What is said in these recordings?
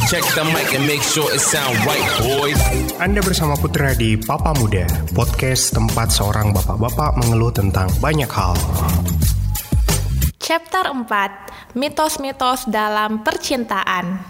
Check the mic and make sure it sound right, boys. Anda bersama Putra di Papa Muda, podcast tempat seorang bapak-bapak mengeluh tentang banyak hal. Chapter 4, Mitos-mitos dalam percintaan.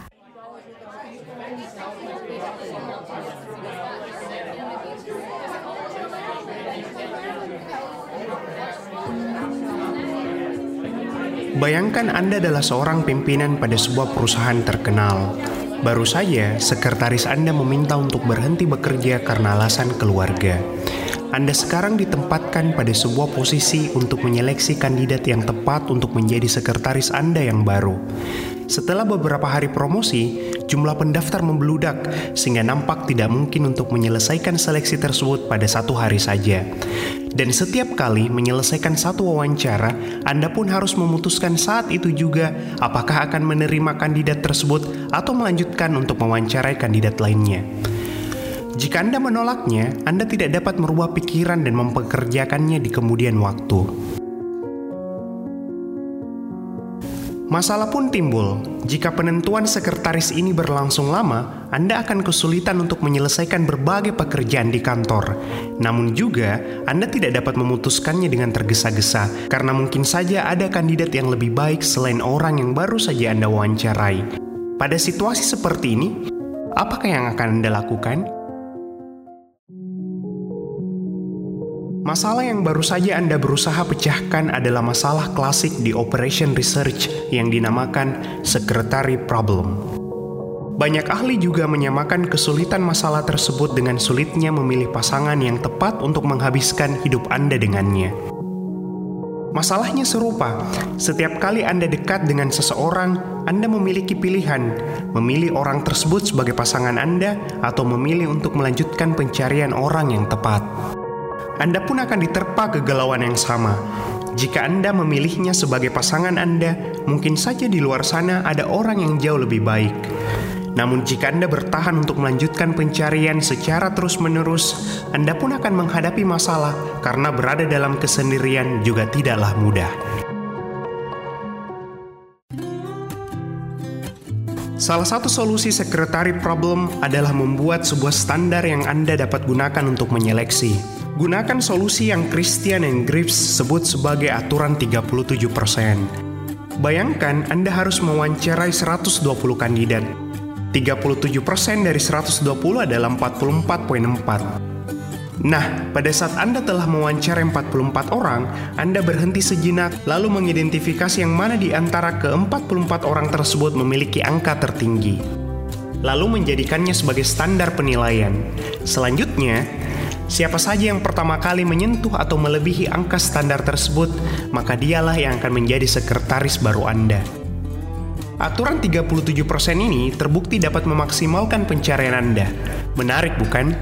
Bayangkan Anda adalah seorang pimpinan pada sebuah perusahaan terkenal. Baru saja, sekretaris Anda meminta untuk berhenti bekerja karena alasan keluarga. Anda sekarang ditempatkan pada sebuah posisi untuk menyeleksi kandidat yang tepat untuk menjadi sekretaris Anda yang baru. Setelah beberapa hari promosi, jumlah pendaftar membludak sehingga nampak tidak mungkin untuk menyelesaikan seleksi tersebut pada satu hari saja. Dan setiap kali menyelesaikan satu wawancara, Anda pun harus memutuskan saat itu juga apakah akan menerima kandidat tersebut atau melanjutkan untuk mewawancarai kandidat lainnya. Jika Anda menolaknya, Anda tidak dapat merubah pikiran dan mempekerjakannya di kemudian waktu. Masalah pun timbul. Jika penentuan sekretaris ini berlangsung lama, Anda akan kesulitan untuk menyelesaikan berbagai pekerjaan di kantor. Namun juga, Anda tidak dapat memutuskannya dengan tergesa-gesa, karena mungkin saja ada kandidat yang lebih baik selain orang yang baru saja Anda wawancarai. Pada situasi seperti ini, apakah yang akan Anda lakukan? Masalah yang baru saja Anda berusaha pecahkan adalah masalah klasik di operation research yang dinamakan secretary problem. Banyak ahli juga menyamakan kesulitan masalah tersebut dengan sulitnya memilih pasangan yang tepat untuk menghabiskan hidup Anda dengannya. Masalahnya serupa. Setiap kali Anda dekat dengan seseorang, Anda memiliki pilihan, memilih orang tersebut sebagai pasangan Anda atau memilih untuk melanjutkan pencarian orang yang tepat. Anda pun akan diterpa kegalauan yang sama. Jika Anda memilihnya sebagai pasangan Anda, mungkin saja di luar sana ada orang yang jauh lebih baik. Namun jika Anda bertahan untuk melanjutkan pencarian secara terus-menerus, Anda pun akan menghadapi masalah karena berada dalam kesendirian juga tidaklah mudah. Salah satu solusi secretary problem adalah membuat sebuah standar yang Anda dapat gunakan untuk menyeleksi. Gunakan solusi yang Christian and Greaves sebut sebagai aturan 37%. Bayangkan Anda harus mewawancarai 120 kandidat. 37% dari 120 adalah 44,4. Nah, pada saat Anda telah mewawancarai 44 orang, Anda berhenti sejenak lalu mengidentifikasi yang mana di antara ke-44 orang tersebut memiliki angka tertinggi. Lalu menjadikannya sebagai standar penilaian. Selanjutnya, siapa saja yang pertama kali menyentuh atau melebihi angka standar tersebut, maka dialah yang akan menjadi sekretaris baru Anda. Aturan 37% ini terbukti dapat memaksimalkan pencarian Anda. Menarik bukan?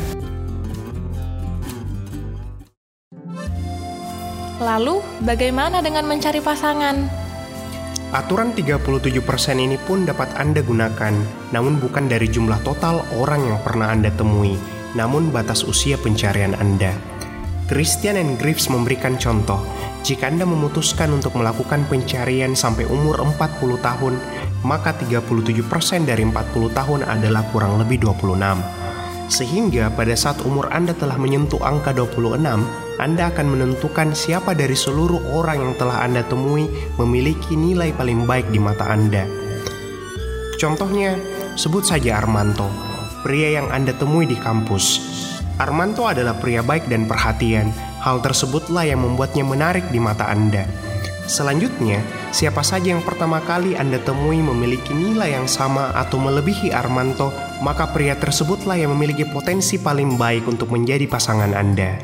Lalu, bagaimana dengan mencari pasangan? Aturan 37% ini pun dapat Anda gunakan, namun bukan dari jumlah total orang yang pernah Anda temui, namun batas usia pencarian Anda. Christian and Greaves memberikan contoh, jika Anda memutuskan untuk melakukan pencarian sampai umur 40 tahun, maka 37% dari 40 tahun adalah kurang lebih 26. Sehingga pada saat umur Anda telah menyentuh angka 26, Anda akan menentukan siapa dari seluruh orang yang telah Anda temui memiliki nilai paling baik di mata Anda. Contohnya, sebut saja Armanto, pria yang Anda temui di kampus. Armanto adalah pria baik dan perhatian. Hal tersebutlah yang membuatnya menarik di mata Anda. Selanjutnya, siapa saja yang pertama kali Anda temui memiliki nilai yang sama atau melebihi Armanto, maka pria tersebutlah yang memiliki potensi paling baik untuk menjadi pasangan Anda.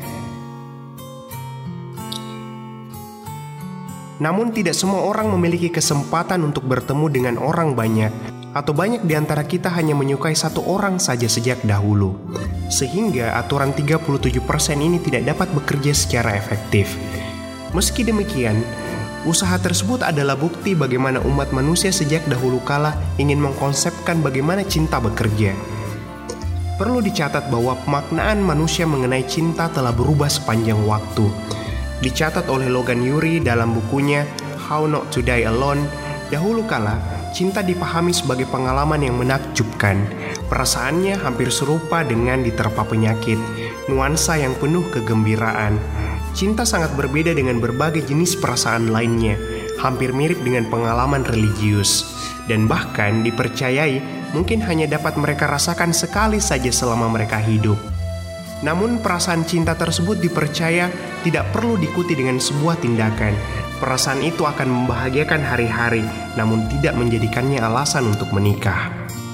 Namun tidak semua orang memiliki kesempatan untuk bertemu dengan orang banyak, atau banyak di antara kita hanya menyukai satu orang saja sejak dahulu. Sehingga aturan 37% ini tidak dapat bekerja secara efektif. Meski demikian, usaha tersebut adalah bukti bagaimana umat manusia sejak dahulu kala ingin mengkonsepkan bagaimana cinta bekerja. Perlu dicatat bahwa pemaknaan manusia mengenai cinta telah berubah sepanjang waktu. Dicatat oleh Logan Urey dalam bukunya How Not to Die Alone, dahulu kala cinta dipahami sebagai pengalaman yang menakjubkan. Perasaannya hampir serupa dengan diterpa penyakit, nuansa yang penuh kegembiraan. Cinta sangat berbeda dengan berbagai jenis perasaan lainnya, hampir mirip dengan pengalaman religius, dan bahkan dipercayai mungkin hanya dapat mereka rasakan sekali saja selama mereka hidup. Namun perasaan cinta tersebut dipercaya tidak perlu diikuti dengan sebuah tindakan. Perasaan itu akan membahagiakan hari-hari, namun tidak menjadikannya alasan untuk menikah.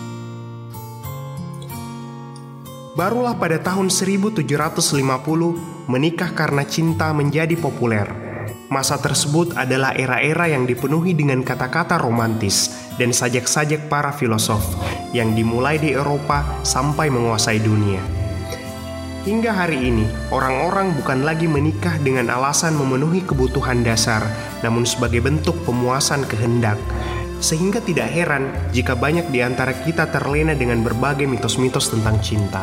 Barulah pada tahun 1750, menikah karena cinta menjadi populer. Masa tersebut adalah era-era yang dipenuhi dengan kata-kata romantis dan sajak-sajak para filosof yang dimulai di Eropa sampai menguasai dunia. Hingga hari ini, orang-orang bukan lagi menikah dengan alasan memenuhi kebutuhan dasar, namun sebagai bentuk pemuasan kehendak. Sehingga tidak heran jika banyak di antara kita terlena dengan berbagai mitos-mitos tentang cinta.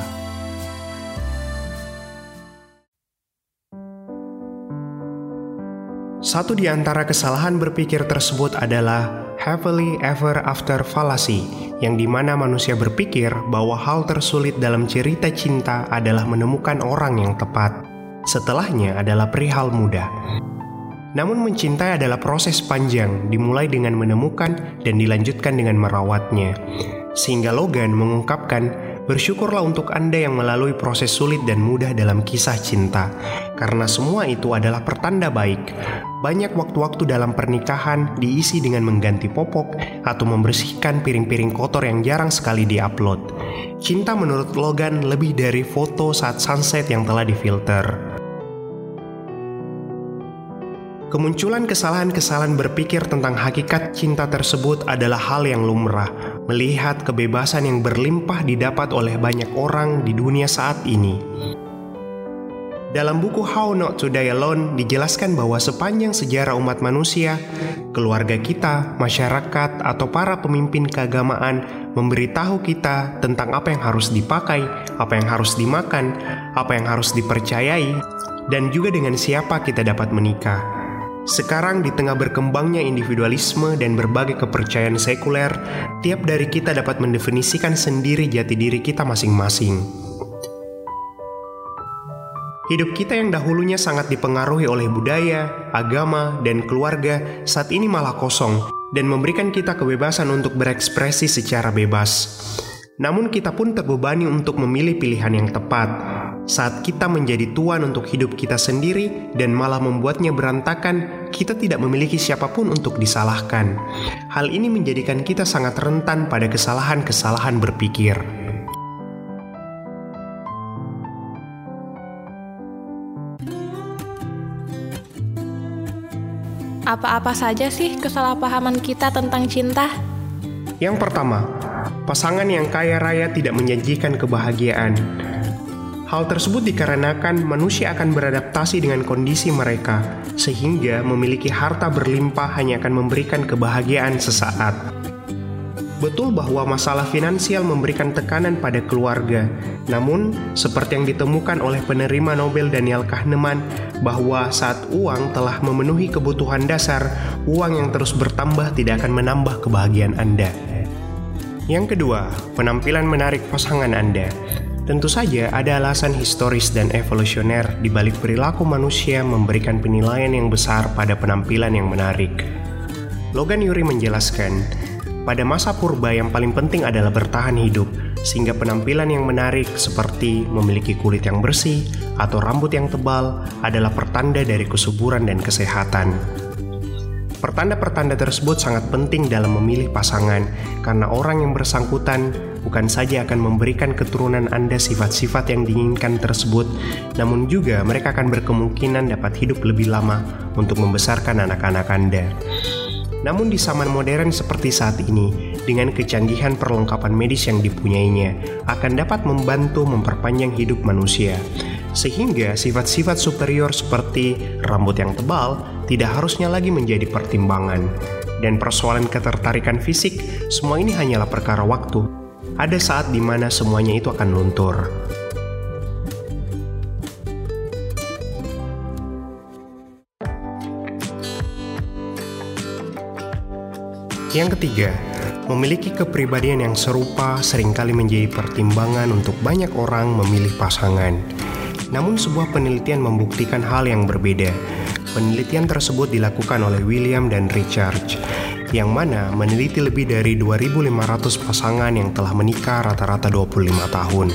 Satu di antara kesalahan berpikir tersebut adalah happily ever after fallacy, yang dimana manusia berpikir bahwa hal tersulit dalam cerita cinta adalah menemukan orang yang tepat. Setelahnya adalah perihal mudah. Namun mencintai adalah proses panjang, dimulai dengan menemukan dan dilanjutkan dengan merawatnya. Sehingga Logan mengungkapkan, bersyukurlah untuk Anda yang melalui proses sulit dan mudah dalam kisah cinta, karena semua itu adalah pertanda baik. Banyak waktu-waktu dalam pernikahan diisi dengan mengganti popok atau membersihkan piring-piring kotor yang jarang sekali diupload. Cinta menurut Logan lebih dari foto saat sunset yang telah difilter. Kemunculan kesalahan-kesalahan berpikir tentang hakikat cinta tersebut adalah hal yang lumrah, melihat kebebasan yang berlimpah didapat oleh banyak orang di dunia saat ini. Dalam buku How Not to Die Alone dijelaskan bahwa sepanjang sejarah umat manusia, keluarga kita, masyarakat, atau para pemimpin keagamaan memberitahu kita tentang apa yang harus dipakai, apa yang harus dimakan, apa yang harus dipercayai, dan juga dengan siapa kita dapat menikah. Sekarang di tengah berkembangnya individualisme dan berbagai kepercayaan sekuler, tiap dari kita dapat mendefinisikan sendiri jati diri kita masing-masing. Hidup kita yang dahulunya sangat dipengaruhi oleh budaya, agama, dan keluarga saat ini malah kosong dan memberikan kita kebebasan untuk berekspresi secara bebas. Namun kita pun terbebani untuk memilih pilihan yang tepat. Saat kita menjadi tuan untuk hidup kita sendiri dan malah membuatnya berantakan, kita tidak memiliki siapapun untuk disalahkan. Hal ini menjadikan kita sangat rentan pada kesalahan-kesalahan berpikir. Apa-apa saja sih kesalahpahaman kita tentang cinta? Yang pertama, pasangan yang kaya raya tidak menjanjikan kebahagiaan. Hal tersebut dikarenakan manusia akan beradaptasi dengan kondisi mereka, sehingga memiliki harta berlimpah hanya akan memberikan kebahagiaan sesaat. Betul bahwa masalah finansial memberikan tekanan pada keluarga, namun seperti yang ditemukan oleh penerima Nobel Daniel Kahneman, bahwa saat uang telah memenuhi kebutuhan dasar, uang yang terus bertambah tidak akan menambah kebahagiaan Anda. Yang kedua, penampilan menarik pasangan Anda. Tentu saja ada alasan historis dan evolusioner di balik perilaku manusia memberikan penilaian yang besar pada penampilan yang menarik. Logan Urey menjelaskan, pada masa purba yang paling penting adalah bertahan hidup, sehingga penampilan yang menarik seperti memiliki kulit yang bersih atau rambut yang tebal adalah pertanda dari kesuburan dan kesehatan. Pertanda-pertanda tersebut sangat penting dalam memilih pasangan, karena orang yang bersangkutan bukan saja akan memberikan keturunan Anda sifat-sifat yang diinginkan tersebut, namun juga mereka akan berkemungkinan dapat hidup lebih lama untuk membesarkan anak-anak Anda. Namun di zaman modern seperti saat ini, dengan kecanggihan perlengkapan medis yang dipunyainya, akan dapat membantu memperpanjang hidup manusia. Sehingga sifat-sifat superior seperti rambut yang tebal tidak harusnya lagi menjadi pertimbangan. Dan persoalan ketertarikan fisik, semua ini hanyalah perkara waktu. Ada saat di mana semuanya itu akan luntur. Yang ketiga, Memiliki kepribadian yang serupa seringkali menjadi pertimbangan untuk banyak orang memilih pasangan. Namun sebuah penelitian membuktikan hal yang berbeda. Penelitian tersebut dilakukan oleh William dan Richard, yang mana meneliti lebih dari 2.500 pasangan yang telah menikah rata-rata 25 tahun.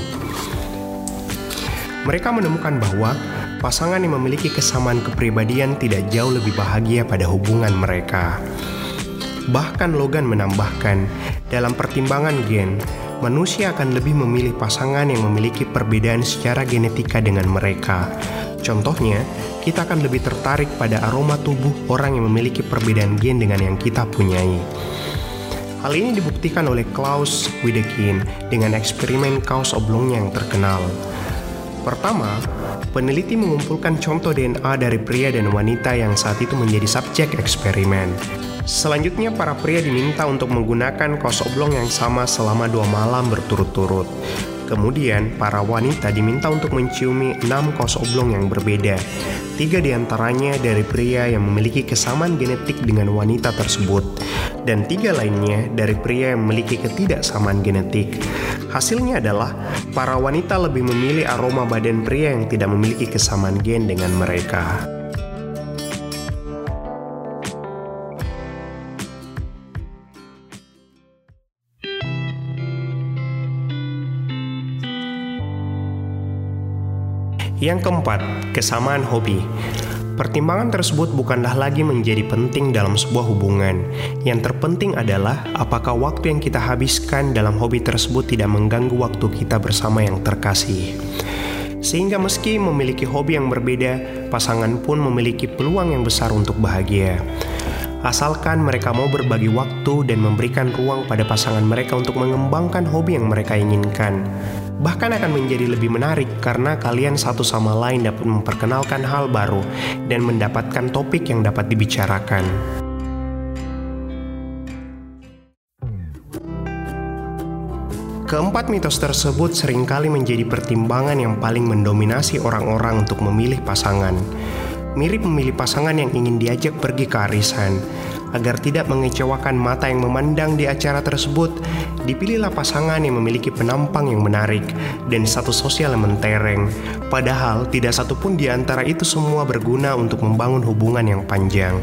Mereka menemukan bahwa pasangan yang memiliki kesamaan kepribadian tidak jauh lebih bahagia pada hubungan mereka. Bahkan Logan menambahkan, dalam pertimbangan gen, manusia akan lebih memilih pasangan yang memiliki perbedaan secara genetika dengan mereka. Contohnya, kita akan lebih tertarik pada aroma tubuh orang yang memiliki perbedaan gen dengan yang kita punyai. Hal ini dibuktikan oleh Klaus Wedekind dengan eksperimen kaos oblongnya yang terkenal. Pertama, peneliti mengumpulkan contoh DNA dari pria dan wanita yang saat itu menjadi subjek eksperimen. Selanjutnya, para pria diminta untuk menggunakan kaos oblong yang sama selama 2 malam berturut-turut. Kemudian, para wanita diminta untuk menciumi 6 kaos oblong yang berbeda. 3 diantaranya dari pria yang memiliki kesamaan genetik dengan wanita tersebut, dan 3 lainnya dari pria yang memiliki ketidaksamaan genetik. Hasilnya adalah, para wanita lebih memilih aroma badan pria yang tidak memiliki kesamaan gen dengan mereka. Yang keempat, kesamaan hobi. Pertimbangan tersebut bukanlah lagi menjadi penting dalam sebuah hubungan. Yang terpenting adalah apakah waktu yang kita habiskan dalam hobi tersebut tidak mengganggu waktu kita bersama yang terkasih. Sehingga meski memiliki hobi yang berbeda, pasangan pun memiliki peluang yang besar untuk bahagia. Asalkan mereka mau berbagi waktu dan memberikan ruang pada pasangan mereka untuk mengembangkan hobi yang mereka inginkan. Bahkan akan menjadi lebih menarik karena kalian satu sama lain dapat memperkenalkan hal baru dan mendapatkan topik yang dapat dibicarakan. Keempat mitos tersebut seringkali menjadi pertimbangan yang paling mendominasi orang-orang untuk memilih pasangan. Mirip memilih pasangan yang ingin diajak pergi ke arisan. Agar tidak mengecewakan mata yang memandang di acara tersebut, dipilihlah pasangan yang memiliki penampang yang menarik dan status sosial yang mentereng. Padahal tidak satupun di antara itu semua berguna untuk membangun hubungan yang panjang.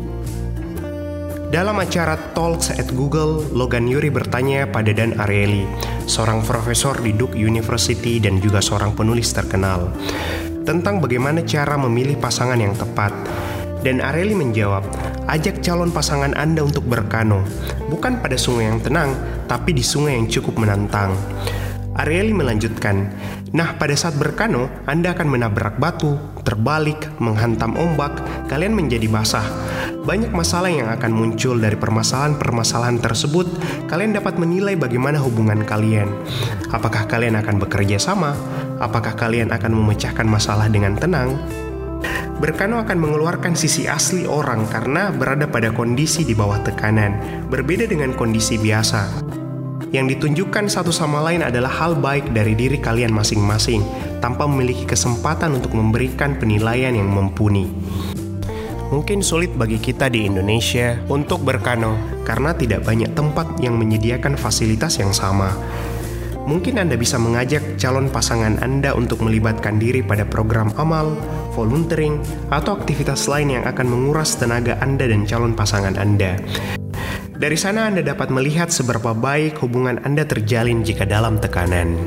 Dalam acara Talks at Google, Logan Ury bertanya pada Dan Ariely, seorang profesor di Duke University dan juga seorang penulis terkenal, tentang bagaimana cara memilih pasangan yang tepat. Dan Ariely menjawab, ajak calon pasangan Anda untuk berkano, bukan pada sungai yang tenang, tapi di sungai yang cukup menantang. Ariely melanjutkan, nah pada saat berkano, Anda akan menabrak batu, terbalik, menghantam ombak, kalian menjadi basah. Banyak masalah yang akan muncul dari permasalahan-permasalahan tersebut. Kalian dapat menilai bagaimana hubungan kalian. Apakah kalian akan bekerja sama? Apakah kalian akan memecahkan masalah dengan tenang? Berkano akan mengeluarkan sisi asli orang karena berada pada kondisi di bawah tekanan, berbeda dengan kondisi biasa. Yang ditunjukkan satu sama lain adalah hal baik dari diri kalian masing-masing, tanpa memiliki kesempatan untuk memberikan penilaian yang mumpuni. Mungkin sulit bagi kita di Indonesia untuk berkano, karena tidak banyak tempat yang menyediakan fasilitas yang sama. Mungkin Anda bisa mengajak calon pasangan Anda untuk melibatkan diri pada program amal, volunteering, atau aktivitas lain yang akan menguras tenaga Anda dan calon pasangan Anda. Dari sana Anda dapat melihat seberapa baik hubungan Anda terjalin jika dalam tekanan.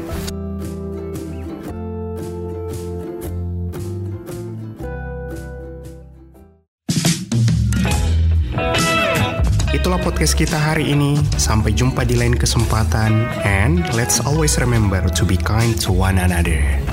Itulah podcast kita hari ini. Sampai jumpa di lain kesempatan. And let's always remember to be kind to one another.